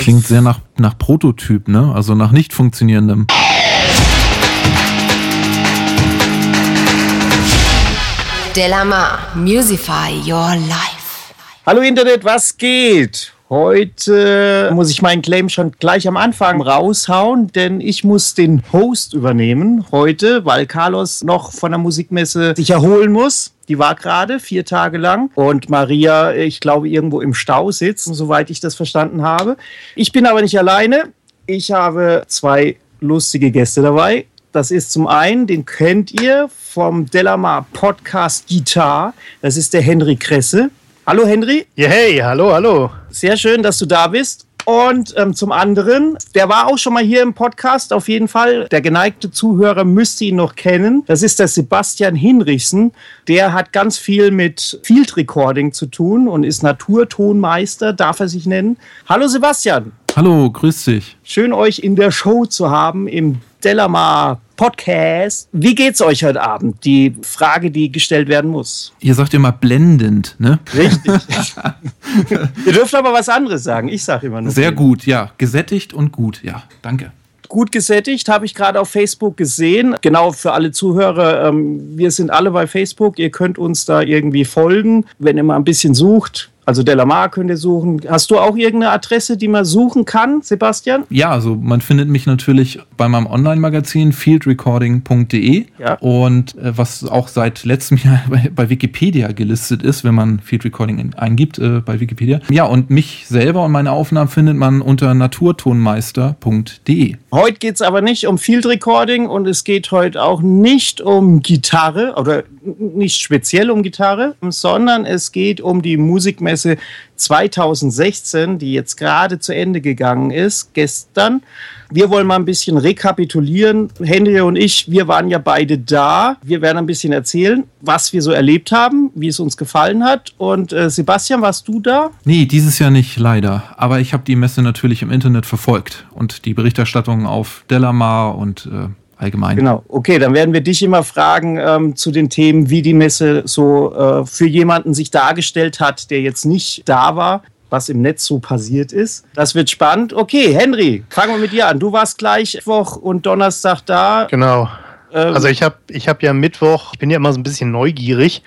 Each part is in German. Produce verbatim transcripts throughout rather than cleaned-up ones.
Klingt sehr nach, nach Prototyp, ne? Also nach nicht funktionierendem. Delamar, Musify Your Life. Hallo Internet, was geht? Heute muss ich meinen Claim schon gleich am Anfang raushauen, denn ich muss den Host übernehmen heute, weil Carlos noch von der Musikmesse sich erholen muss. Die war gerade vier Tage lang und Maria, ich glaube, irgendwo im Stau sitzt, soweit ich das verstanden habe. Ich bin aber nicht alleine. Ich habe zwei lustige Gäste dabei. Das ist zum einen, den kennt ihr vom Delamar Podcast Guitar. Das ist der Henry Kresse. Hallo Henry. Ja, hey, hallo, hallo. Sehr schön, dass du da bist. Und ähm, zum anderen, der war auch schon mal hier im Podcast, auf jeden Fall. Der geneigte Zuhörer müsste ihn noch kennen. Das ist der Sebastian Hinrichsen. Der hat ganz viel mit Field Recording zu tun und ist Naturtonmeister, darf er sich nennen. Hallo Sebastian. Hallo, grüß dich. Schön, euch in der Show zu haben im Delamar Podcast. Wie geht's euch heute Abend? Die Frage, die gestellt werden muss. Ihr sagt immer blendend, ne? Richtig. Ihr dürft aber was anderes sagen. Ich sage immer nur. Sehr gut, ja. Gesättigt und gut, ja. Danke. Gut gesättigt, habe ich gerade auf Facebook gesehen. Genau, für alle Zuhörer, ähm, wir sind alle bei Facebook. Ihr könnt uns da irgendwie folgen, wenn ihr mal ein bisschen sucht. Also Delamar könnt ihr suchen. Hast du auch irgendeine Adresse, die man suchen kann, Sebastian? Ja, also man findet mich natürlich bei meinem Online-Magazin field recording punkt de ja. Und äh, was auch seit letztem Jahr bei, bei Wikipedia gelistet ist, wenn man Field Recording eingibt äh, bei Wikipedia. Ja, und mich selber und meine Aufnahmen findet man unter naturtonmeister punkt de. Heute geht es aber nicht um Field Recording und es geht heute auch nicht um Gitarre oder nicht speziell um Gitarre, sondern es geht um die Musikmesse zwanzig sechzehn, die jetzt gerade zu Ende gegangen ist, gestern. Wir wollen mal ein bisschen rekapitulieren. Henry und ich, wir waren ja beide da. Wir werden ein bisschen erzählen, was wir so erlebt haben, wie es uns gefallen hat. Und äh, Sebastian, warst du da? Nee, dieses Jahr nicht, leider. Aber ich habe die Messe natürlich im Internet verfolgt und die Berichterstattung auf Delamar und äh, allgemein. Genau, okay, dann werden wir dich immer fragen ähm, zu den Themen, wie die Messe so äh, für jemanden sich dargestellt hat, der jetzt nicht da war, was im Netz so passiert ist. Das wird spannend. Okay, Henry, fangen wir mit dir an. Du warst gleich Mittwoch und Donnerstag da. Genau. Also ich habe ich hab ja Mittwoch, ich bin ja immer so ein bisschen neugierig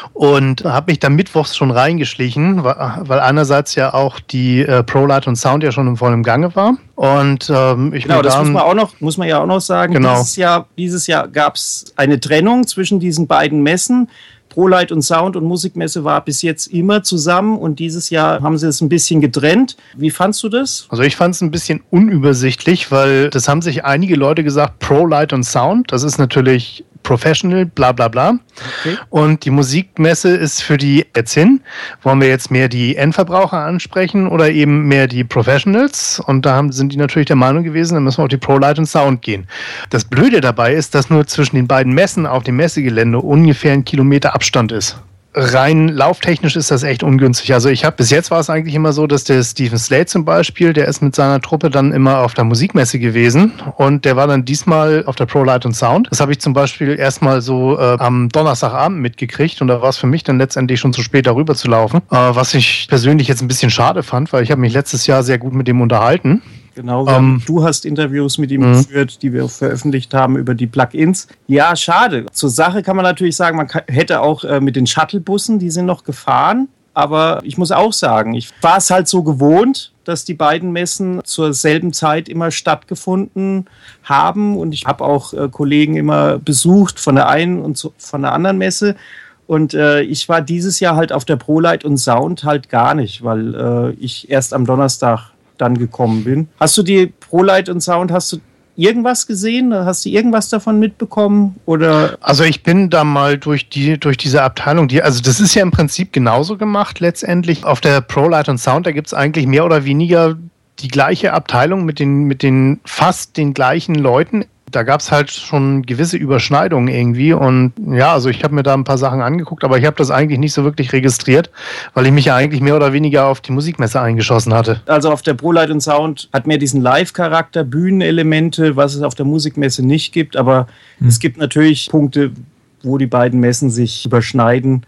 und habe mich da mittwochs schon reingeschlichen, weil, weil einerseits ja auch die äh, ProLight und Sound ja schon im vollen Gange war. Und ähm, ich genau, das dann, muss man auch noch, muss man ja auch noch sagen. Genau. Dieses Jahr, dieses Jahr gab es eine Trennung zwischen diesen beiden Messen. ProLight und Sound und Musikmesse war bis jetzt immer zusammen und dieses Jahr haben sie es ein bisschen getrennt. Wie fandst du das? Also ich fand es ein bisschen unübersichtlich, weil das haben sich einige Leute gesagt, ProLight und Sound, das ist natürlich Professional, bla bla bla. Okay. Und die Musikmesse ist für die jetzt hin. Wollen wir jetzt mehr die Endverbraucher ansprechen oder eben mehr die Professionals? Und da haben, sind die natürlich der Meinung gewesen, dann müssen wir auf die ProLight und Sound gehen. Das Blöde dabei ist, dass nur zwischen den beiden Messen auf dem Messegelände ungefähr ein Kilometer Abstand ist. Rein lauftechnisch ist das echt ungünstig. Also ich habe bis jetzt war es eigentlich immer so, dass der Steven Slade zum Beispiel, der ist mit seiner Truppe dann immer auf der Musikmesse gewesen und der war dann diesmal auf der ProLight und Sound. Das habe ich zum Beispiel erstmal so äh, am Donnerstagabend mitgekriegt und da war es für mich dann letztendlich schon zu spät darüber zu laufen. Äh, was ich persönlich jetzt ein bisschen schade fand, weil ich habe mich letztes Jahr sehr gut mit dem unterhalten. Genau, ähm, du hast Interviews mit ihm mh. geführt, die wir veröffentlicht haben über die Plugins. Ja, schade. Zur Sache kann man natürlich sagen, man kann, hätte auch äh, mit den Shuttlebussen, die sind noch gefahren. Aber ich muss auch sagen, ich war es halt so gewohnt, dass die beiden Messen zur selben Zeit immer stattgefunden haben. Und ich habe auch äh, Kollegen immer besucht von der einen und so, von der anderen Messe. Und äh, ich war dieses Jahr halt auf der ProLight und Sound halt gar nicht, weil äh, ich erst am Donnerstag dann gekommen bin. Hast du die ProLight und Sound, hast du irgendwas gesehen? Hast du irgendwas davon mitbekommen? Oder? Also ich bin da mal durch die durch diese Abteilung, die, also das ist ja im Prinzip genauso gemacht letztendlich. Auf der ProLight und Sound, da gibt es eigentlich mehr oder weniger die gleiche Abteilung mit den, mit den fast den gleichen Leuten. Da gab es halt schon gewisse Überschneidungen irgendwie und ja, also ich habe mir da ein paar Sachen angeguckt, aber ich habe das eigentlich nicht so wirklich registriert, weil ich mich ja eigentlich mehr oder weniger auf die Musikmesse eingeschossen hatte. Also auf der ProLight und Sound hat mehr diesen Live-Charakter, Bühnenelemente, was es auf der Musikmesse nicht gibt, aber hm. es gibt natürlich Punkte, wo die beiden Messen sich überschneiden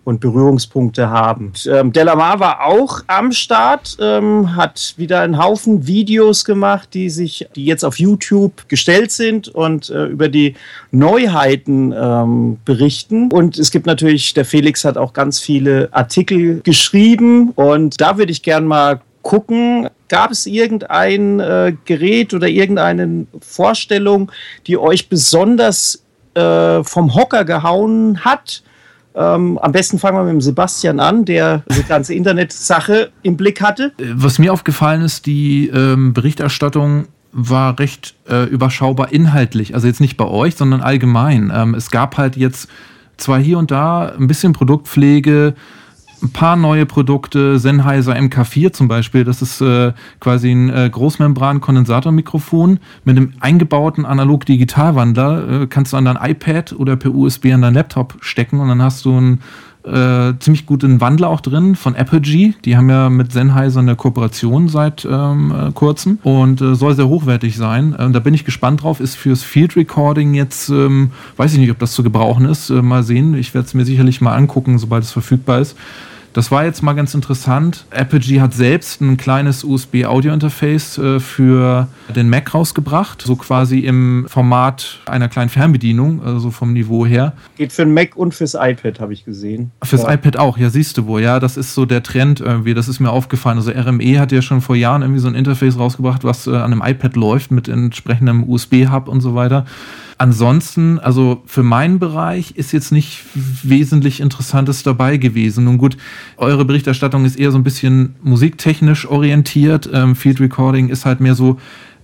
und Berührungspunkte haben. Und, ähm, Delamar war auch am Start, ähm, hat wieder einen Haufen Videos gemacht, die sich, die jetzt auf YouTube gestellt sind und äh, über die Neuheiten ähm, berichten. Und es gibt natürlich, der Felix hat auch ganz viele Artikel geschrieben und da würde ich gern mal gucken, gab es irgendein äh, Gerät oder irgendeine Vorstellung, die euch besonders äh, vom Hocker gehauen hat? Ähm, am besten fangen wir mit dem Sebastian an, der die ganze Internetsache im Blick hatte. Was mir aufgefallen ist, die ähm, Berichterstattung war recht äh, überschaubar inhaltlich. Also jetzt nicht bei euch, sondern allgemein. Ähm, es gab halt jetzt zwar hier und da ein bisschen Produktpflege, ein paar neue Produkte, Sennheiser M K vier zum Beispiel, das ist äh, quasi ein äh, Großmembran-Kondensatormikrofon mit einem eingebauten Analog-Digital-Wandler, äh, kannst du an dein iPad oder per U S B an dein Laptop stecken und dann hast du einen äh, ziemlich guten Wandler auch drin von Apogee. Die haben ja mit Sennheiser eine Kooperation seit ähm, äh, kurzem und äh, soll sehr hochwertig sein. Äh, da bin ich gespannt drauf, ist fürs Field Recording jetzt, ähm, weiß ich nicht, ob das zu gebrauchen ist, äh, mal sehen. Ich werde es mir sicherlich mal angucken, sobald es verfügbar ist. Das war jetzt mal ganz interessant. Apogee hat selbst ein kleines U S B-Audio-Interface äh, für den Mac rausgebracht, so quasi im Format einer kleinen Fernbedienung, also vom Niveau her. Geht für den Mac und fürs iPad, habe ich gesehen. Fürs ja. iPad auch, ja, siehst du wohl. Ja, das ist so der Trend irgendwie, das ist mir aufgefallen. Also R M E hat ja schon vor Jahren irgendwie so ein Interface rausgebracht, was äh, an einem iPad läuft mit entsprechendem U S B-Hub und so weiter. Ansonsten, also für meinen Bereich ist jetzt nicht wesentlich Interessantes dabei gewesen. Nun gut, eure Berichterstattung ist eher so ein bisschen musiktechnisch orientiert. Ähm, Field Recording ist halt mehr so,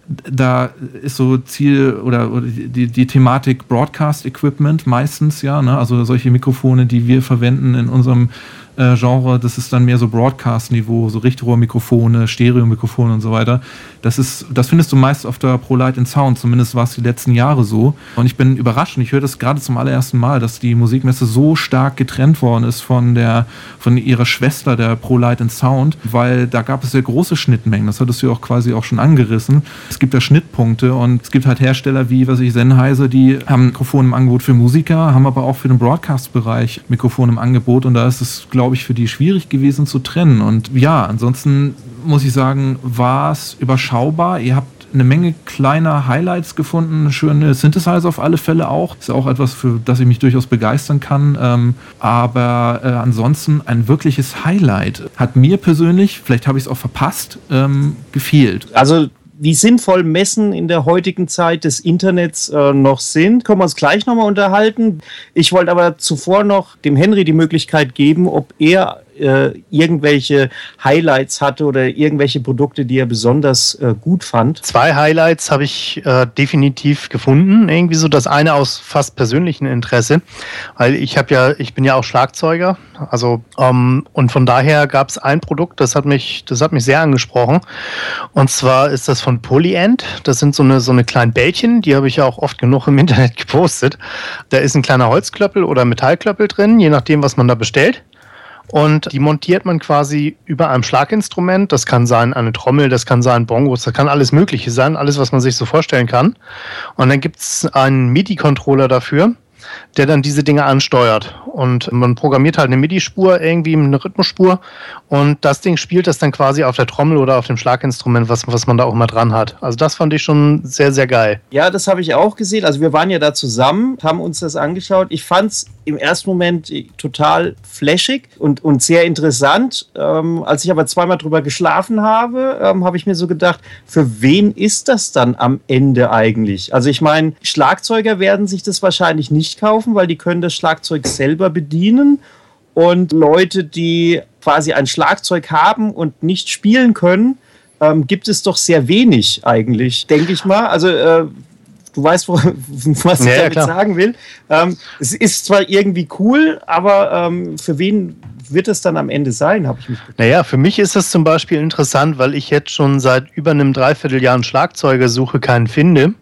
da ist so Ziel oder, oder die, die Thematik Broadcast Equipment meistens, ja, ne? Also solche Mikrofone, die wir verwenden in unserem äh, Genre, das ist dann mehr so Broadcast-Niveau, so Richtrohrmikrofone, Stereomikrofone und so weiter. Das ist, das findest du meist auf der ProLight in Sound, zumindest war es die letzten Jahre so. Und ich bin überrascht, und ich höre das gerade zum allerersten Mal, dass die Musikmesse so stark getrennt worden ist von der, von ihrer Schwester, der ProLight in Sound, weil da gab es ja große Schnittmengen, das hattest du ja auch quasi auch schon angerissen. Es gibt da Schnittpunkte und es gibt halt Hersteller wie, was ich, Sennheiser, die haben Mikrofone im Angebot für Musiker, haben aber auch für den Broadcast-Bereich Mikrofone im Angebot und da ist es, glaube ich, für die schwierig gewesen zu trennen. Und ja, ansonsten muss ich sagen, war es überschaubar. Ihr habt eine Menge kleiner Highlights gefunden, schöne Synthesizer auf alle Fälle auch. Ist auch etwas, für das ich mich durchaus begeistern kann. Ähm, aber äh, ansonsten ein wirkliches Highlight hat mir persönlich, vielleicht habe ich es auch verpasst, ähm, gefehlt. Also wie sinnvoll Messen in der heutigen Zeit des Internets äh, noch sind, können wir uns gleich nochmal unterhalten. Ich wollte aber zuvor noch dem Henry die Möglichkeit geben, ob er äh, irgendwelche Highlights hatte oder irgendwelche Produkte, die er besonders äh, gut fand. Zwei Highlights habe ich äh, definitiv gefunden. Irgendwie so das eine aus fast persönlichem Interesse, weil ich habe ja, ich bin ja auch Schlagzeuger, also ähm, und von daher gab es ein Produkt, das hat mich, das hat mich sehr angesprochen. Und zwar ist das von Polyend. Das sind so eine so eine kleinen Bällchen, die habe ich ja auch oft genug im Internet gepostet. Da ist ein kleiner Holzklöppel oder Metallklöppel drin, je nachdem, was man da bestellt. Und die montiert man quasi über einem Schlaginstrument. Das kann sein eine Trommel, das kann sein Bongos, das kann alles Mögliche sein, alles, was man sich so vorstellen kann. Und dann gibt es einen MIDI-Controller dafür, der dann diese Dinge ansteuert. Und man programmiert halt eine MIDI-Spur, irgendwie eine Rhythmusspur. Und das Ding spielt das dann quasi auf der Trommel oder auf dem Schlaginstrument, was, was man da auch mal dran hat. Also das fand ich schon sehr, sehr geil. Ja, das habe ich auch gesehen. Also wir waren ja da zusammen, haben uns das angeschaut. Ich fand es im ersten Moment total flashig und, und sehr interessant. Ähm, als ich aber zweimal drüber geschlafen habe, ähm, habe ich mir so gedacht, für wen ist das dann am Ende eigentlich? Also ich meine, Schlagzeuger werden sich das wahrscheinlich nicht kaufen, weil die können das Schlagzeug selber bedienen. Und Leute, die quasi ein Schlagzeug haben und nicht spielen können, ähm, gibt es doch sehr wenig eigentlich, denke ich mal. Also äh, du weißt, was ich ja, damit ja, sagen will. Ähm, es ist zwar irgendwie cool, aber ähm, für wen wird es dann am Ende sein, habe ich mich gefragt. Naja, für mich ist das zum Beispiel interessant, weil ich jetzt schon seit über einem Dreivierteljahr einen Schlagzeuger suche, keinen finde.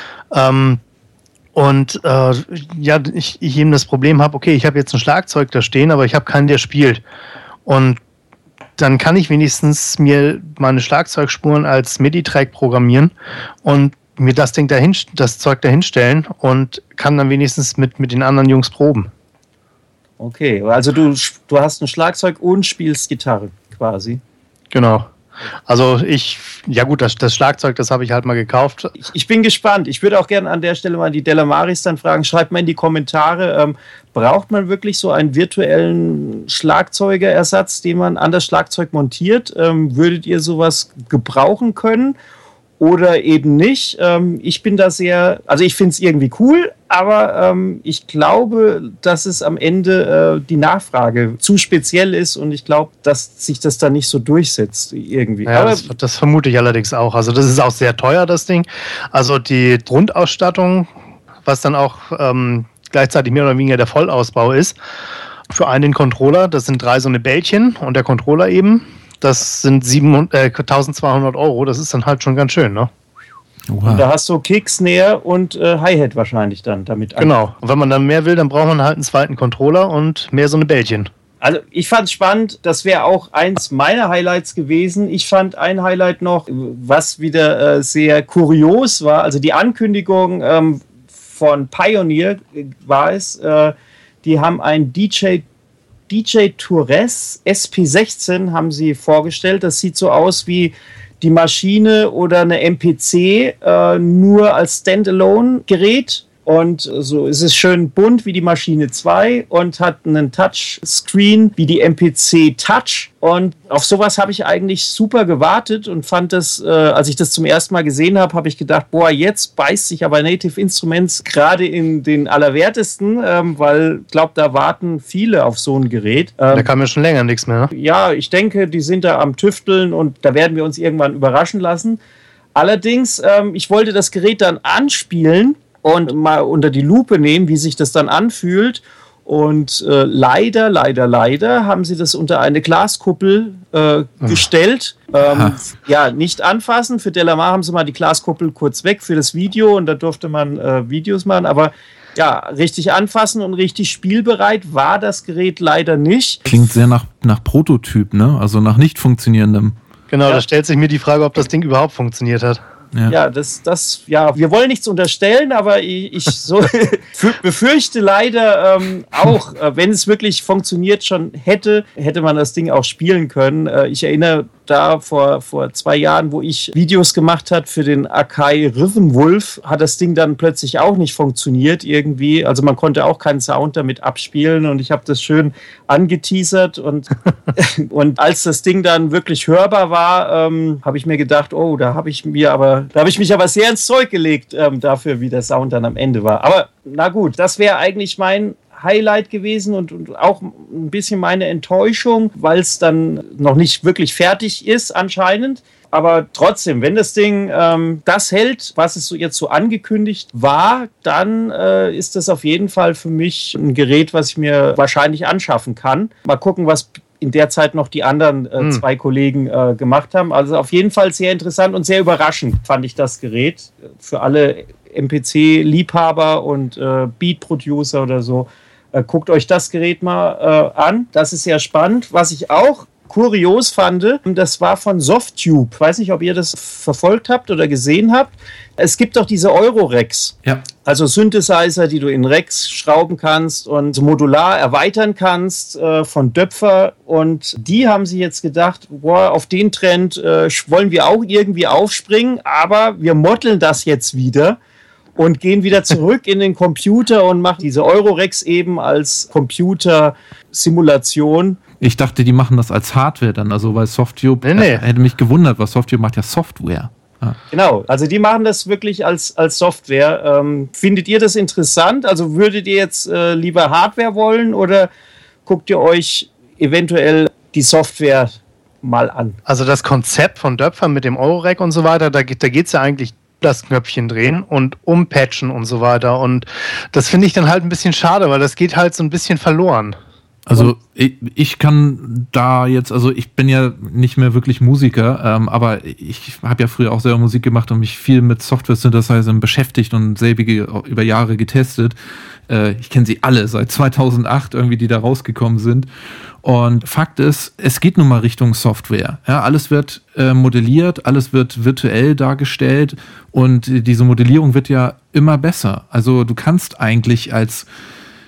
Ähm, Und äh, ja, ich, ich eben das Problem habe, okay, ich habe jetzt ein Schlagzeug da stehen, aber ich habe keinen, der spielt. Und dann kann ich wenigstens mir meine Schlagzeugspuren als MIDI-Track programmieren und mir das Ding dahin, das Zeug dahinstellen und kann dann wenigstens mit, mit den anderen Jungs proben. Okay, also du, du hast ein Schlagzeug und spielst Gitarre quasi. Genau. Also ich, ja gut, das, das Schlagzeug, das habe ich halt mal gekauft. Ich, ich bin gespannt. Ich würde auch gerne an der Stelle mal die Delamaris dann fragen. Schreibt mal in die Kommentare, ähm, braucht man wirklich so einen virtuellen Schlagzeugerersatz, den man an das Schlagzeug montiert? Ähm, würdet ihr sowas gebrauchen können? Oder eben nicht. Ähm, ich bin da sehr, also ich finde es irgendwie cool, aber ähm, ich glaube, dass es am Ende äh, die Nachfrage zu speziell ist und ich glaube, dass sich das dann nicht so durchsetzt irgendwie. Ja, aber das, das vermute ich allerdings auch. Also das ist auch sehr teuer, das Ding. Also die Grundausstattung, was dann auch ähm, gleichzeitig mehr oder weniger der Vollausbau ist, für einen Controller, das sind drei so eine Bällchen und der Controller eben. Das sind sieben, äh, eintausendzweihundert Euro, das ist dann halt schon ganz schön, ne? Und da hast du Kick, Snare und äh, Hi-Hat wahrscheinlich dann damit. Genau, und wenn man dann mehr will, dann braucht man halt einen zweiten Controller und mehr so eine Bällchen. Also ich fand es spannend, das wäre auch eins meiner Highlights gewesen. Ich fand ein Highlight noch, was wieder äh, sehr kurios war, also die Ankündigung ähm, von Pioneer war es, äh, die haben ein D J D J Touress S P sechzehn haben sie vorgestellt. Das sieht so aus wie die Maschine oder eine M P C, äh, nur als Standalone-Gerät. Und so ist es schön bunt wie die Maschine zwei und hat einen Touchscreen wie die M P C Touch. Und auf sowas habe ich eigentlich super gewartet und fand das, äh, als ich das zum ersten Mal gesehen habe, habe ich gedacht, boah, jetzt beißt sich aber Native Instruments gerade in den Allerwertesten, ähm, weil ich glaube, da warten viele auf so ein Gerät. Ähm, da kam ja schon länger nichts mehr. Ne? Ja, ich denke, die sind da am Tüfteln und da werden wir uns irgendwann überraschen lassen. Allerdings, ähm, ich wollte das Gerät dann anspielen und mal unter die Lupe nehmen, wie sich das dann anfühlt. Und äh, leider, leider, leider haben sie das unter eine Glaskuppel äh, gestellt. Ähm, ja, nicht anfassen. Für Delamar haben sie mal die Glaskuppel kurz weg für das Video und da durfte man äh, Videos machen. Aber ja, richtig anfassen und richtig spielbereit war das Gerät leider nicht. Klingt sehr nach, nach Prototyp, ne? Also nach nicht funktionierendem. Genau, Ja. da stellt sich mir die Frage, ob das Ding überhaupt funktioniert hat. Ja. Ja, das, das, ja, wir wollen nichts unterstellen, aber ich, ich so befürchte leider ähm, auch, äh, wenn es wirklich funktioniert schon hätte, hätte man das Ding auch spielen können. Äh, ich erinnere da vor, vor zwei Jahren, wo ich Videos gemacht habe für den Akai Rhythm Wolf, hat das Ding dann plötzlich auch nicht funktioniert irgendwie. Also man konnte auch keinen Sound damit abspielen und ich habe das schön angeteasert und, und als das Ding dann wirklich hörbar war, ähm, habe ich mir gedacht, oh, da habe ich mir aber, da habe ich mich aber sehr ins Zeug gelegt ähm, dafür, wie der Sound dann am Ende war. Aber na gut, das wäre eigentlich mein Highlight gewesen und, und auch ein bisschen meine Enttäuschung, weil es dann noch nicht wirklich fertig ist anscheinend. Aber trotzdem, wenn das Ding ähm, das hält, was es so jetzt so angekündigt war, dann äh, ist das auf jeden Fall für mich ein Gerät, was ich mir wahrscheinlich anschaffen kann. Mal gucken, was in der Zeit noch die anderen äh, hm. zwei Kollegen äh, gemacht haben. Also auf jeden Fall sehr interessant und sehr überraschend fand ich das Gerät. Für alle M P C-Liebhaber und äh, Beat-Producer oder so. Äh, guckt euch das Gerät mal äh, an. Das ist sehr spannend. Was ich auch kurios fand, das war von Softtube. Ich weiß nicht, ob ihr das verfolgt habt oder gesehen habt. Es gibt doch diese Eurorex. Ja. Also Synthesizer, die du in Rex schrauben kannst und modular erweitern kannst äh, von Döpfer. Und die haben sich jetzt gedacht, boah, auf den Trend äh, wollen wir auch irgendwie aufspringen, aber wir modeln das jetzt wieder und gehen wieder zurück in den Computer und machen diese Eurorex eben als Computersimulation. Ich dachte, die machen das als Hardware dann, also weil Softtube, Nee, nee. äh, hätte mich gewundert, weil Softtube macht ja Software. Ah. Genau, also die machen das wirklich als, als Software. Ähm, findet ihr das interessant? Also würdet ihr jetzt äh, lieber Hardware wollen oder guckt ihr euch eventuell die Software mal an? Also das Konzept von Döpfer mit dem Eurorack und so weiter, da, geht- da geht es ja eigentlich das Knöpfchen drehen und umpatchen und so weiter. Und das finde ich dann halt ein bisschen schade, weil das geht halt so ein bisschen verloren. Also ich, ich kann da jetzt, also ich bin ja nicht mehr wirklich Musiker, ähm, aber ich habe ja früher auch selber Musik gemacht und mich viel mit Software-Synthesizern beschäftigt und selbige über Jahre getestet. Äh, ich kenne sie alle seit zweitausendacht irgendwie, die da rausgekommen sind. Und Fakt ist, es geht nun mal Richtung Software. Ja, alles wird äh, modelliert, alles wird virtuell dargestellt und diese Modellierung wird ja immer besser. Also du kannst eigentlich als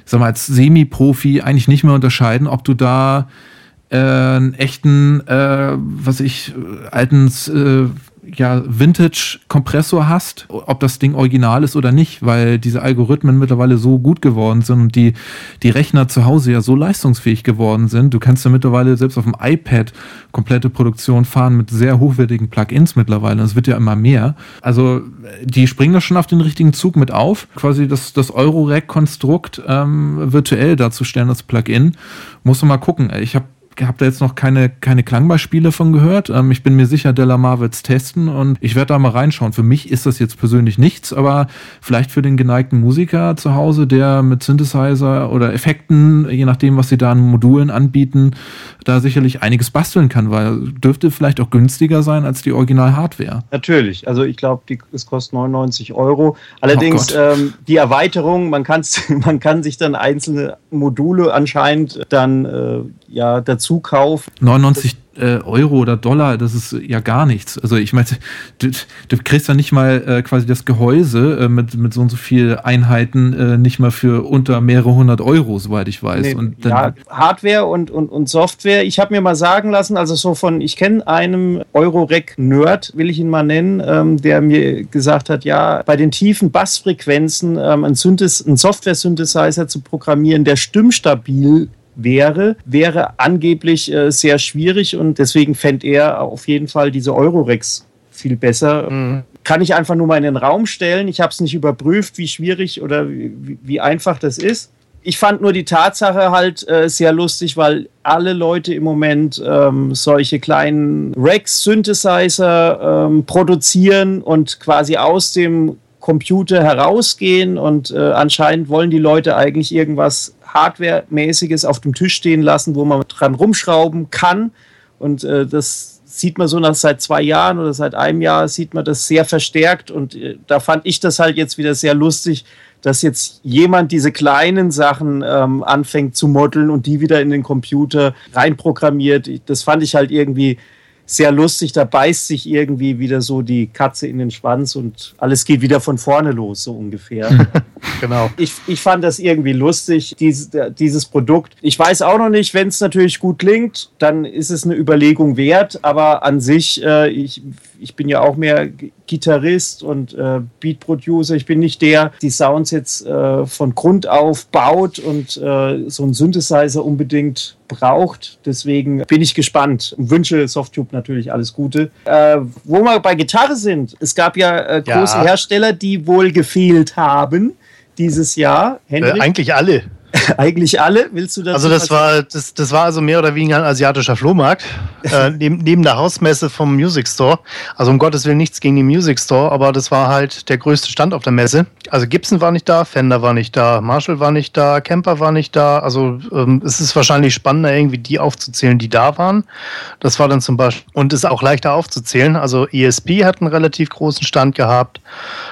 sag mal, als Semi-Profi eigentlich nicht mehr unterscheiden, ob du da äh, einen echten, äh, was ich, alten äh, ja, Vintage-Kompressor hast, ob das Ding original ist oder nicht, weil diese Algorithmen mittlerweile so gut geworden sind und die, die Rechner zu Hause ja so leistungsfähig geworden sind. Du kannst ja mittlerweile selbst auf dem iPad komplette Produktion fahren mit sehr hochwertigen Plugins mittlerweile. Das wird ja immer mehr. Also die springen da schon auf den richtigen Zug mit auf. Quasi das, das Eurorack-Konstrukt ähm, virtuell darzustellen, das Plugin. Musst du mal gucken. Ich habe habe da jetzt noch keine, keine Klangbeispiele von gehört. Ähm, ich bin mir sicher, Delamar wird es testen und ich werde da mal reinschauen. Für mich ist das jetzt persönlich nichts, aber vielleicht für den geneigten Musiker zu Hause, der mit Synthesizer oder Effekten, je nachdem, was sie da an Modulen anbieten, da sicherlich einiges basteln kann, weil dürfte vielleicht auch günstiger sein als die Original-Hardware. Natürlich. Also ich glaube, es kostet neunundneunzig Euro. Allerdings oh ähm, die Erweiterung, man, man kann sich dann einzelne Module anscheinend dann äh, ja dazu kaufen. neunundneunzig Euro oder Dollar, das ist ja gar nichts. Also ich meine, du, du kriegst ja nicht mal äh, quasi das Gehäuse äh, mit, mit so und so viel Einheiten äh, nicht mal für unter mehrere hundert Euro, soweit ich weiß. Nee, und dann ja, Hardware und, und, und Software. Ich habe mir mal sagen lassen, also so von, ich kenne einen Eurorack-Nerd, will ich ihn mal nennen, ähm, der mir gesagt hat, ja, bei den tiefen Bassfrequenzen ähm, ein, Synthes- ein Software-Synthesizer zu programmieren, der stimmstabil wäre, wäre angeblich äh, sehr schwierig und deswegen fände er auf jeden Fall diese Euroracks viel besser. Mhm. Kann ich einfach nur mal in den Raum stellen. Ich habe es nicht überprüft, wie schwierig oder wie, wie einfach das ist. Ich fand nur die Tatsache halt äh, sehr lustig, weil alle Leute im Moment ähm, solche kleinen Racks, Synthesizer ähm, produzieren und quasi aus dem Computer herausgehen und äh, anscheinend wollen die Leute eigentlich irgendwas Hardware-mäßiges auf dem Tisch stehen lassen, wo man dran rumschrauben kann und äh, das sieht man so nach seit zwei Jahren oder seit einem Jahr sieht man das sehr verstärkt und äh, da fand ich das halt jetzt wieder sehr lustig, dass jetzt jemand diese kleinen Sachen ähm, anfängt zu modeln und die wieder in den Computer reinprogrammiert. Das fand ich halt irgendwie sehr lustig, da beißt sich irgendwie wieder so die Katze in den Schwanz und alles geht wieder von vorne los, so ungefähr. Genau. Ich, ich fand das irgendwie lustig, dieses, dieses Produkt. Ich weiß auch noch nicht, wenn es natürlich gut klingt, dann ist es eine Überlegung wert, aber an sich, äh, ich, ich bin ja auch mehr Gitarrist und äh, Beat-Producer. Ich bin nicht der, die Sounds jetzt äh, von Grund auf baut und äh, so einen Synthesizer unbedingt braucht. Deswegen bin ich gespannt und wünsche Softtube natürlich alles Gute. Äh, wo wir bei Gitarre sind, es gab ja äh, große ja. Hersteller, die wohl gefehlt haben dieses Jahr. Äh, eigentlich alle. Eigentlich alle? Willst du das? Also das war, das, das war also mehr oder weniger ein asiatischer Flohmarkt, äh, neben, neben der Hausmesse vom Music Store. Also um Gottes Willen nichts gegen den Music Store, aber das war halt der größte Stand auf der Messe. Also Gibson war nicht da, Fender war nicht da, Marshall war nicht da, Kemper war nicht da. Also ähm, es ist wahrscheinlich spannender, irgendwie die aufzuzählen, die da waren. Das war dann zum Beispiel, und ist auch leichter aufzuzählen. Also E S P hat einen relativ großen Stand gehabt.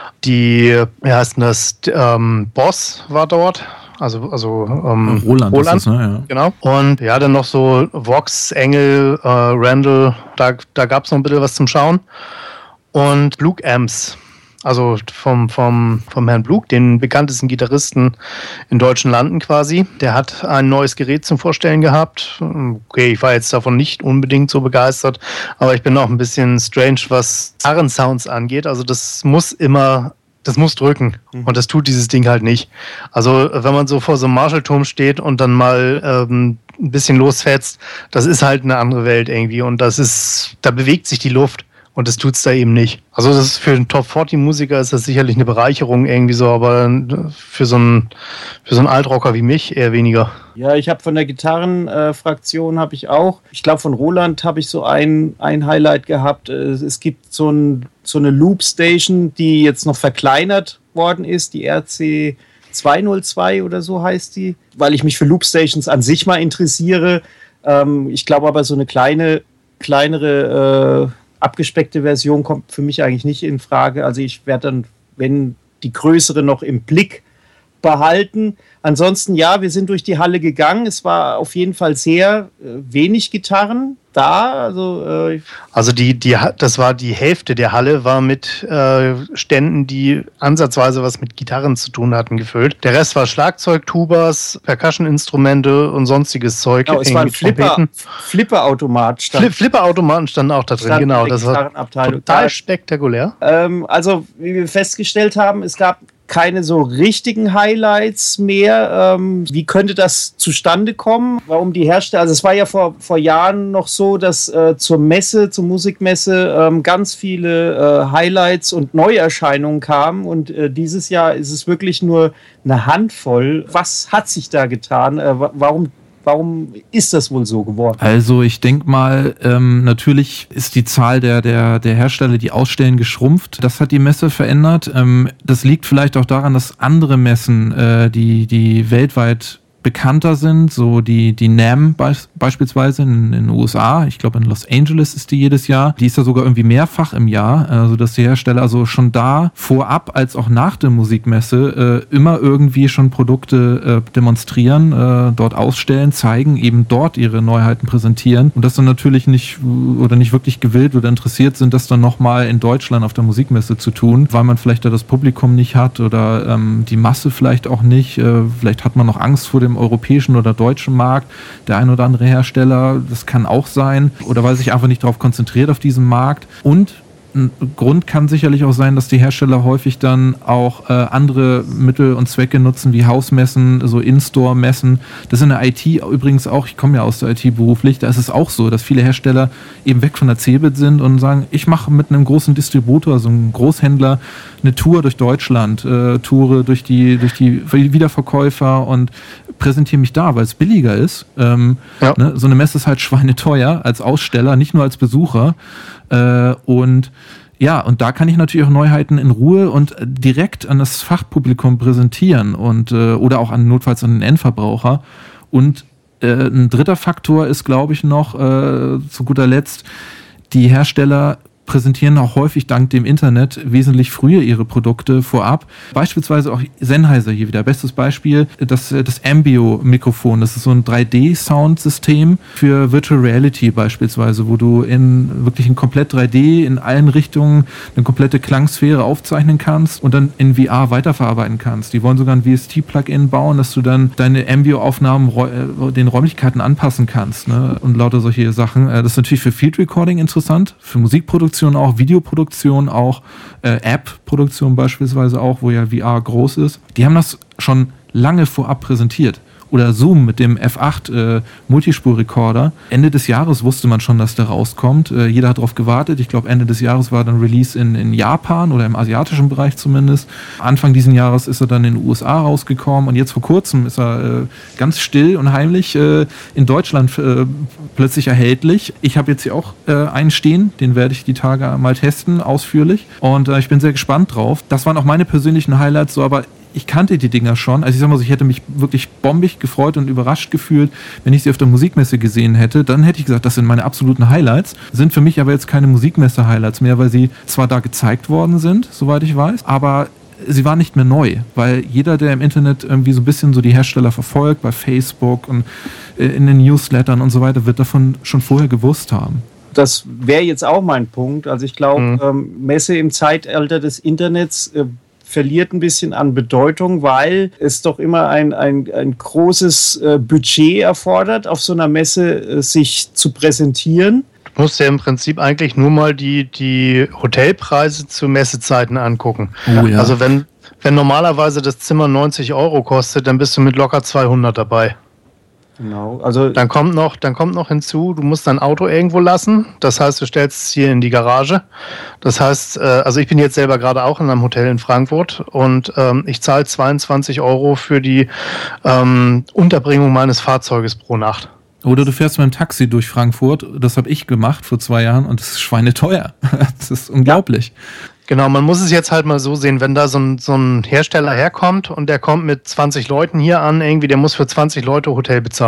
Die, wie heißt denn das, ähm, Boss war dort. Also, also ähm, Roland, Roland ist das, ne? Ja. Genau. Und ja, dann noch so Vox, Engel, äh, Randall, da, da gab es noch ein bisschen was zum Schauen. Und Bluk Amps, also vom, vom, vom Herrn Bluk, den bekanntesten Gitarristen in deutschen Landen quasi. Der hat ein neues Gerät zum Vorstellen gehabt. Okay, ich war jetzt davon nicht unbedingt so begeistert, aber ich bin auch ein bisschen strange, was Gitarren-Sounds angeht. Also das muss immer... Das muss drücken und das tut dieses Ding halt nicht. Also wenn man so vor so einem Marshall-Turm steht und dann mal ähm, ein bisschen losfetzt, das ist halt eine andere Welt irgendwie und das ist, da bewegt sich die Luft und das tut's da eben nicht. Also das ist für einen Top vierzig Musiker ist das sicherlich eine Bereicherung irgendwie so, aber für so einen, für so einen Altrocker wie mich eher weniger. Ja, ich habe von der Gitarrenfraktion äh, habe ich auch, ich glaube von Roland habe ich so ein, ein Highlight gehabt. Es gibt so, ein, so eine Loop Station, die jetzt noch verkleinert worden ist, die R C zweihundertzwei oder so heißt die, weil ich mich für Loop Stations an sich mal interessiere. Ähm, ich glaube aber so eine kleine, kleinere, äh, abgespeckte Version kommt für mich eigentlich nicht in Frage. Also ich werde dann, wenn die größere noch im Blick behalten. Ansonsten, ja, wir sind durch die Halle gegangen. Es war auf jeden Fall sehr äh, wenig Gitarren da. Also, äh, also die, die, das war die Hälfte der Halle, war mit äh, Ständen, die ansatzweise was mit Gitarren zu tun hatten, gefüllt. Der Rest war Schlagzeug, Tubas, Percussion-Instrumente und sonstiges Zeug. Genau, es war ein Flipper, Flipper-Automat. Flip, Flipper-Automaten standen auch da drin, stand genau. Das war total spektakulär. Ähm, also, wie wir festgestellt haben, es gab keine so richtigen Highlights mehr. Ähm, wie könnte das zustande kommen? Warum die Hersteller? Also es war ja vor, vor Jahren noch so, dass äh, zur Messe, zur Musikmesse ähm, ganz viele äh, Highlights und Neuerscheinungen kamen und äh, dieses Jahr ist es wirklich nur eine Handvoll. Was hat sich da getan? Äh, warum Warum ist das wohl so geworden? Also ich denke mal, ähm, natürlich ist die Zahl der, der, der Hersteller, die ausstellen, geschrumpft. Das hat die Messe verändert. Ähm, das liegt vielleicht auch daran, dass andere Messen, äh, die, die weltweit bekannter sind, so die, die NAMM be- beispielsweise in, in den U S A, ich glaube in Los Angeles ist die jedes Jahr, die ist ja sogar irgendwie mehrfach im Jahr, also dass die Hersteller also schon da vorab als auch nach der Musikmesse äh, immer irgendwie schon Produkte äh, demonstrieren, äh, dort ausstellen, zeigen, eben dort ihre Neuheiten präsentieren und das dann natürlich nicht oder nicht wirklich gewillt oder interessiert sind, das dann nochmal in Deutschland auf der Musikmesse zu tun, weil man vielleicht da das Publikum nicht hat oder ähm, die Masse vielleicht auch nicht, äh, vielleicht hat man noch Angst vor dem europäischen oder deutschen Markt, der ein oder andere Hersteller, das kann auch sein, oder weil sich einfach nicht darauf konzentriert auf diesen Markt. Und ein Grund kann sicherlich auch sein, dass die Hersteller häufig dann auch äh, andere Mittel und Zwecke nutzen, wie Hausmessen, so In-Store-Messen. Das ist in der I T übrigens auch, ich komme ja aus der I T beruflich, da ist es auch so, dass viele Hersteller eben weg von der Cebit sind und sagen, ich mache mit einem großen Distributor, so einem Großhändler, eine Tour durch Deutschland, äh, Toure durch die, durch die Wiederverkäufer und präsentiere mich da, weil es billiger ist. Ähm, ja. ne? So eine Messe ist halt schweineteuer als Aussteller, nicht nur als Besucher. Äh, und ja, und da kann ich natürlich auch Neuheiten in Ruhe und direkt an das Fachpublikum präsentieren und äh, oder auch an notfalls an den Endverbraucher. Und äh, ein dritter Faktor ist, glaube ich, noch äh, zu guter Letzt, die Hersteller präsentieren auch häufig dank dem Internet wesentlich früher ihre Produkte vorab. Beispielsweise auch Sennheiser hier wieder. Bestes Beispiel, das, das Ambio-Mikrofon. Das ist so ein drei D-Sound-System für Virtual Reality beispielsweise, wo du in wirklich in komplett drei D in allen Richtungen eine komplette Klangsphäre aufzeichnen kannst und dann in V R weiterverarbeiten kannst. Die wollen sogar ein V S T-Plugin bauen, dass du dann deine Ambio-Aufnahmen räu- den Räumlichkeiten anpassen kannst, ne? Und lauter solche Sachen. Das ist natürlich für Field Recording interessant, für Musikproduktion auch, Videoproduktion auch, äh, App-Produktion beispielsweise auch, wo ja V R groß ist. Die haben das schon lange vorab präsentiert. Oder Zoom mit dem F acht äh, Multispur-Recorder. Ende des Jahres wusste man schon, dass der rauskommt. Äh, jeder hat darauf gewartet. Ich glaube, Ende des Jahres war dann Release in, in Japan oder im asiatischen Bereich zumindest. Anfang diesen Jahres ist er dann in den U S A rausgekommen und jetzt vor kurzem ist er äh, ganz still und heimlich äh, in Deutschland äh, plötzlich erhältlich. Ich habe jetzt hier auch äh, einen stehen, den werde ich die Tage mal testen, ausführlich. Und äh, ich bin sehr gespannt drauf. Das waren auch meine persönlichen Highlights, so, aber ich kannte die Dinger schon. Also ich sag mal so, ich hätte mich wirklich bombig gefreut und überrascht gefühlt, wenn ich sie auf der Musikmesse gesehen hätte. Dann hätte ich gesagt, das sind meine absoluten Highlights. Sind für mich aber jetzt keine Musikmesse-Highlights mehr, weil sie zwar da gezeigt worden sind, soweit ich weiß, aber sie waren nicht mehr neu, weil jeder, der im Internet irgendwie so ein bisschen so die Hersteller verfolgt, bei Facebook und in den Newslettern und so weiter, wird davon schon vorher gewusst haben. Das wäre jetzt auch mein Punkt. Also ich glaube, mhm. ähm, Messe im Zeitalter des Internets äh, verliert ein bisschen an Bedeutung, weil es doch immer ein, ein, ein großes äh, Budget erfordert, auf so einer Messe äh, sich zu präsentieren. Du musst ja im Prinzip eigentlich nur mal die, die Hotelpreise zu Messezeiten angucken. Oh, ja. Also wenn, wenn normalerweise das Zimmer neunzig Euro kostet, dann bist du mit locker zweihundert dabei. Genau, also dann kommt noch, dann kommt noch hinzu, du musst dein Auto irgendwo lassen. Das heißt, du stellst es hier in die Garage. Das heißt, also ich bin jetzt selber gerade auch in einem Hotel in Frankfurt und ähm, ich zahle zweiundzwanzig Euro für die ähm, Unterbringung meines Fahrzeuges pro Nacht. Oder du fährst mit dem Taxi durch Frankfurt. Das habe ich gemacht vor zwei Jahren und das ist schweineteuer. Das ist unglaublich. Genau, man muss es jetzt halt mal so sehen, wenn da so ein, so ein Hersteller herkommt und der kommt mit zwanzig Leuten hier an, irgendwie, der muss für zwanzig Leute Hotel bezahlen.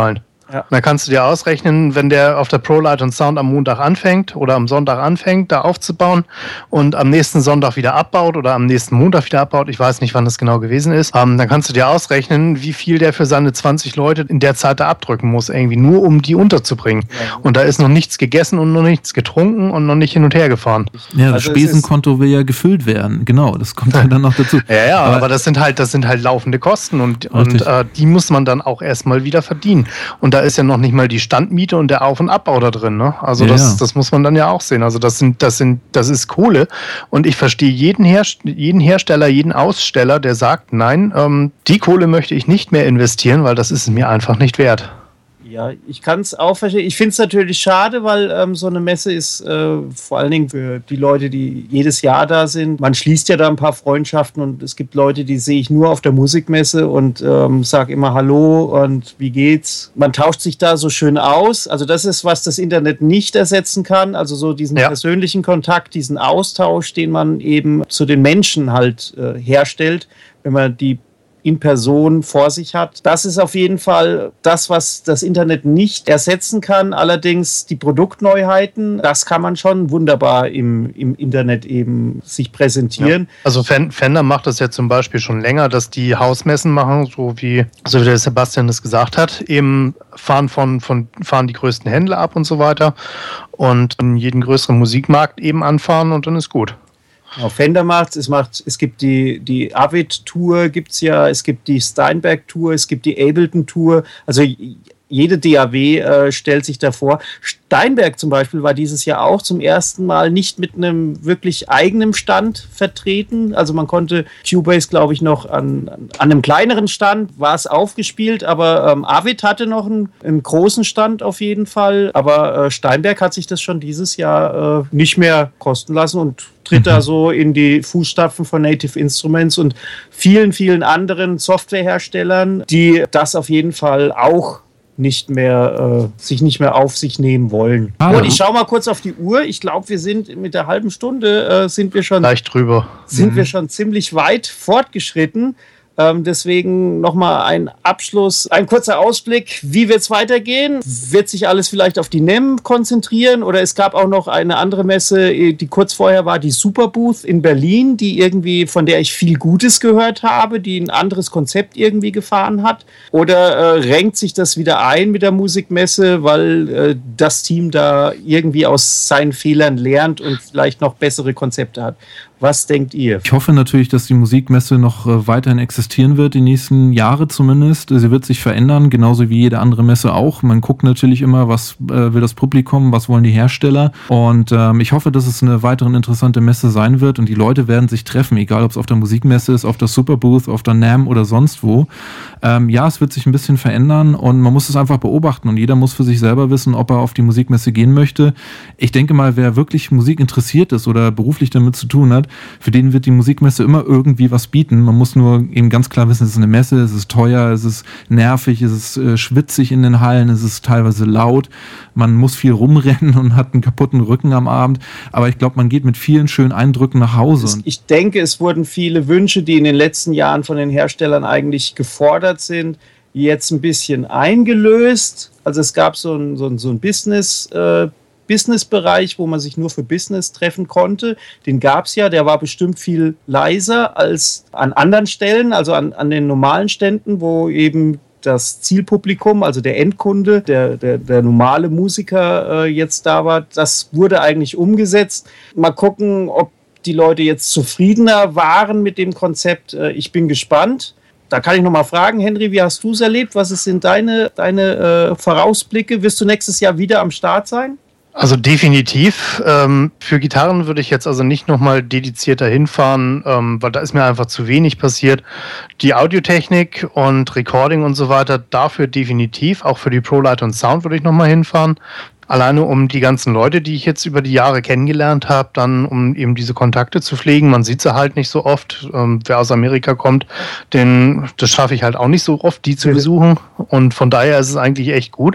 Ja. Da kannst du dir ausrechnen, wenn der auf der ProLight und Sound am Montag anfängt oder am Sonntag anfängt, da aufzubauen und am nächsten Sonntag wieder abbaut oder am nächsten Montag wieder abbaut, ich weiß nicht, wann das genau gewesen ist, ähm, dann kannst du dir ausrechnen, wie viel der für seine zwanzig Leute in der Zeit da abdrücken muss, irgendwie nur um die unterzubringen. Ja. Und da ist noch nichts gegessen und noch nichts getrunken und noch nicht hin und her gefahren. Ja, das also Spesenkonto will ja gefüllt werden, genau, das kommt ja dann noch dazu. Ja, ja, aber, aber das sind halt, das sind halt laufende Kosten und, und äh, die muss man dann auch erstmal wieder verdienen. Und da ist ja noch nicht mal die Standmiete und der Auf- und Abbau da drin, ne? Also ja, das, das muss man dann ja auch sehen. Also das sind, das sind, das ist Kohle. Und ich verstehe jeden, Herst- jeden Hersteller, jeden Aussteller, der sagt, nein, ähm, die Kohle möchte ich nicht mehr investieren, weil das ist mir einfach nicht wert. Ja, ich kann es auch verstehen. Ich finde es natürlich schade, weil ähm, so eine Messe ist äh, vor allen Dingen für die Leute, die jedes Jahr da sind. Man schließt ja da ein paar Freundschaften und es gibt Leute, die sehe ich nur auf der Musikmesse und ähm, sage immer Hallo und wie geht's. Man tauscht sich da so schön aus. Also das ist, was das Internet nicht ersetzen kann. Also so diesen ja. persönlichen Kontakt, diesen Austausch, den man eben zu den Menschen halt äh, herstellt, wenn man die in Person vor sich hat. Das ist auf jeden Fall das, was das Internet nicht ersetzen kann. Allerdings die Produktneuheiten, das kann man schon wunderbar im, im Internet eben sich präsentieren. Ja. Also Fender macht das ja zum Beispiel schon länger, dass die Hausmessen machen, so wie, so wie der Sebastian das gesagt hat, eben fahren von, von fahren die größten Händler ab und so weiter und in jeden größeren Musikmarkt eben anfahren und dann ist gut. Ja, Fender macht es, macht, es gibt die, die Avid-Tour, gibt's ja, es gibt die Steinberg-Tour, es gibt die Ableton-Tour, also jede D A W äh, stellt sich davor. Steinberg zum Beispiel war dieses Jahr auch zum ersten Mal nicht mit einem wirklich eigenen Stand vertreten. Also man konnte Cubase, glaube ich, noch an, an einem kleineren Stand war es aufgespielt, aber ähm, Avid hatte noch einen, einen großen Stand auf jeden Fall. Aber äh, Steinberg hat sich das schon dieses Jahr äh, nicht mehr kosten lassen und tritt da so in die Fußstapfen von Native Instruments und vielen, vielen anderen Softwareherstellern, die das auf jeden Fall auch nicht mehr, äh, sich nicht mehr auf sich nehmen wollen. Ah, und ich schaue mal kurz auf die Uhr. Ich glaube, wir sind mit der halben Stunde äh, sind wir schon leicht drüber. Sind mhm. wir schon ziemlich weit fortgeschritten. Ähm, deswegen nochmal ein Abschluss, ein kurzer Ausblick. Wie wird es weitergehen? Wird sich alles vielleicht auf die N E M konzentrieren? Oder es gab auch noch eine andere Messe, die kurz vorher war, die Superbooth in Berlin, die irgendwie, von der ich viel Gutes gehört habe, die ein anderes Konzept irgendwie gefahren hat. Oder äh, renkt sich das wieder ein mit der Musikmesse, weil äh, das Team da irgendwie aus seinen Fehlern lernt und vielleicht noch bessere Konzepte hat? Was denkt ihr? Ich hoffe natürlich, dass die Musikmesse noch äh, weiterhin existieren wird, die nächsten Jahre zumindest. Sie wird sich verändern, genauso wie jede andere Messe auch. Man guckt natürlich immer, was äh, will das Publikum, was wollen die Hersteller. Und ähm, ich hoffe, dass es eine weitere interessante Messe sein wird und die Leute werden sich treffen, egal ob es auf der Musikmesse ist, auf der Superbooth, auf der N A M oder sonst wo. Ähm, ja, es wird sich ein bisschen verändern und man muss es einfach beobachten und jeder muss für sich selber wissen, ob er auf die Musikmesse gehen möchte. Ich denke mal, wer wirklich Musik interessiert ist oder beruflich damit zu tun hat, für den wird die Musikmesse immer irgendwie was bieten. Man muss nur eben ganz klar wissen, es ist eine Messe, es ist teuer, es ist nervig, es ist äh, schwitzig in den Hallen, es ist teilweise laut, man muss viel rumrennen und hat einen kaputten Rücken am Abend. Aber ich glaube, man geht mit vielen schönen Eindrücken nach Hause. Ich denke, es wurden viele Wünsche, die in den letzten Jahren von den Herstellern eigentlich gefordert sind, jetzt ein bisschen eingelöst. Also es gab so ein, so ein, so ein Business äh, Business-Bereich, wo man sich nur für Business treffen konnte. Den gab es ja, der war bestimmt viel leiser als an anderen Stellen, also an, an den normalen Ständen, wo eben das Zielpublikum, also der Endkunde, der, der, der normale Musiker äh, jetzt da war. Das wurde eigentlich umgesetzt. Mal gucken, ob die Leute jetzt zufriedener waren mit dem Konzept. Äh, ich bin gespannt. Da kann ich noch mal fragen, Henry, wie hast du es erlebt? Was sind deine, deine äh, Vorausblicke? Wirst du nächstes Jahr wieder am Start sein? Also definitiv. Ähm, für Gitarren würde ich jetzt also nicht nochmal dedizierter hinfahren, ähm, weil da ist mir einfach zu wenig passiert. Die Audiotechnik und Recording und so weiter, dafür definitiv. Auch für die ProLight und Sound würde ich nochmal hinfahren. Alleine um die ganzen Leute, die ich jetzt über die Jahre kennengelernt habe, dann um eben diese Kontakte zu pflegen. Man sieht sie halt nicht so oft. Ähm, wer aus Amerika kommt, den, das schaffe ich halt auch nicht so oft, die zu besuchen. Und von daher ist es eigentlich echt gut.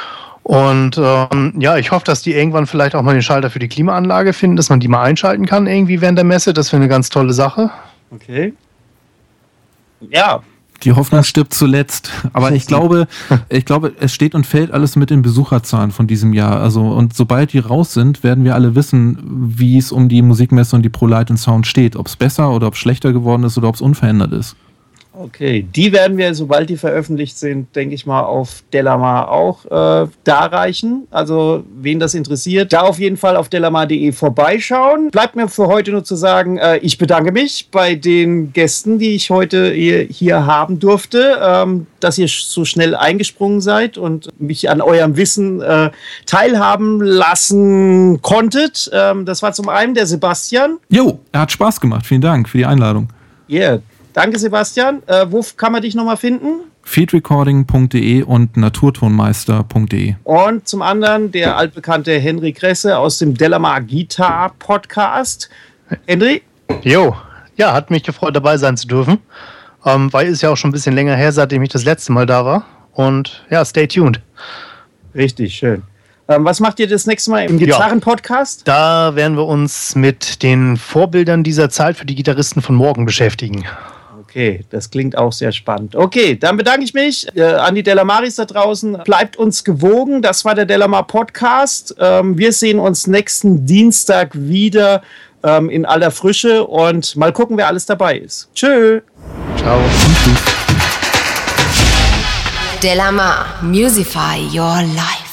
Und ähm, ja, ich hoffe, dass die irgendwann vielleicht auch mal den Schalter für die Klimaanlage finden, dass man die mal einschalten kann irgendwie während der Messe. Das wäre eine ganz tolle Sache. Okay. Ja. Die Hoffnung stirbt zuletzt. Aber ich glaube, ich glaube, es steht und fällt alles mit den Besucherzahlen von diesem Jahr. Also, und sobald die raus sind, werden wir alle wissen, wie es um die Musikmesse und die Pro Light and Sound steht. Ob es besser oder ob es schlechter geworden ist oder ob es unverändert ist. Okay, die werden wir, sobald die veröffentlicht sind, denke ich mal, auf Delamar auch äh, darreichen. Also, wen das interessiert, da auf jeden Fall auf delamar punkt de vorbeischauen. Bleibt mir für heute nur zu sagen, äh, ich bedanke mich bei den Gästen, die ich heute hier, hier haben durfte, ähm, dass ihr so schnell eingesprungen seid und mich an eurem Wissen äh, teilhaben lassen konntet. Ähm, das war zum einen der Sebastian. Jo, er hat Spaß gemacht. Vielen Dank für die Einladung. Yeah. Danke, Sebastian. Äh, wo kann man dich nochmal finden? field-recording punkt de und naturtonmeister punkt de. Und zum anderen der altbekannte Henry Kresse aus dem Delamar Guitar Podcast. Henry? Jo, ja, hat mich gefreut, dabei sein zu dürfen. Ähm, weil ist ja auch schon ein bisschen länger her, seitdem ich das letzte Mal da war. Und ja, stay tuned. Richtig, schön. Ähm, was macht ihr das nächste Mal im Gitarren-Podcast? Ja, da werden wir uns mit den Vorbildern dieser Zeit für die Gitarristen von morgen beschäftigen. Okay, das klingt auch sehr spannend. Okay, dann bedanke ich mich äh, an die Delamaris da draußen. Bleibt uns gewogen. Das war der Delamar Podcast. Ähm, wir sehen uns nächsten Dienstag wieder ähm, in aller Frische und mal gucken, wer alles dabei ist. Tschö. Ciao. Delamar, Musify Your Life.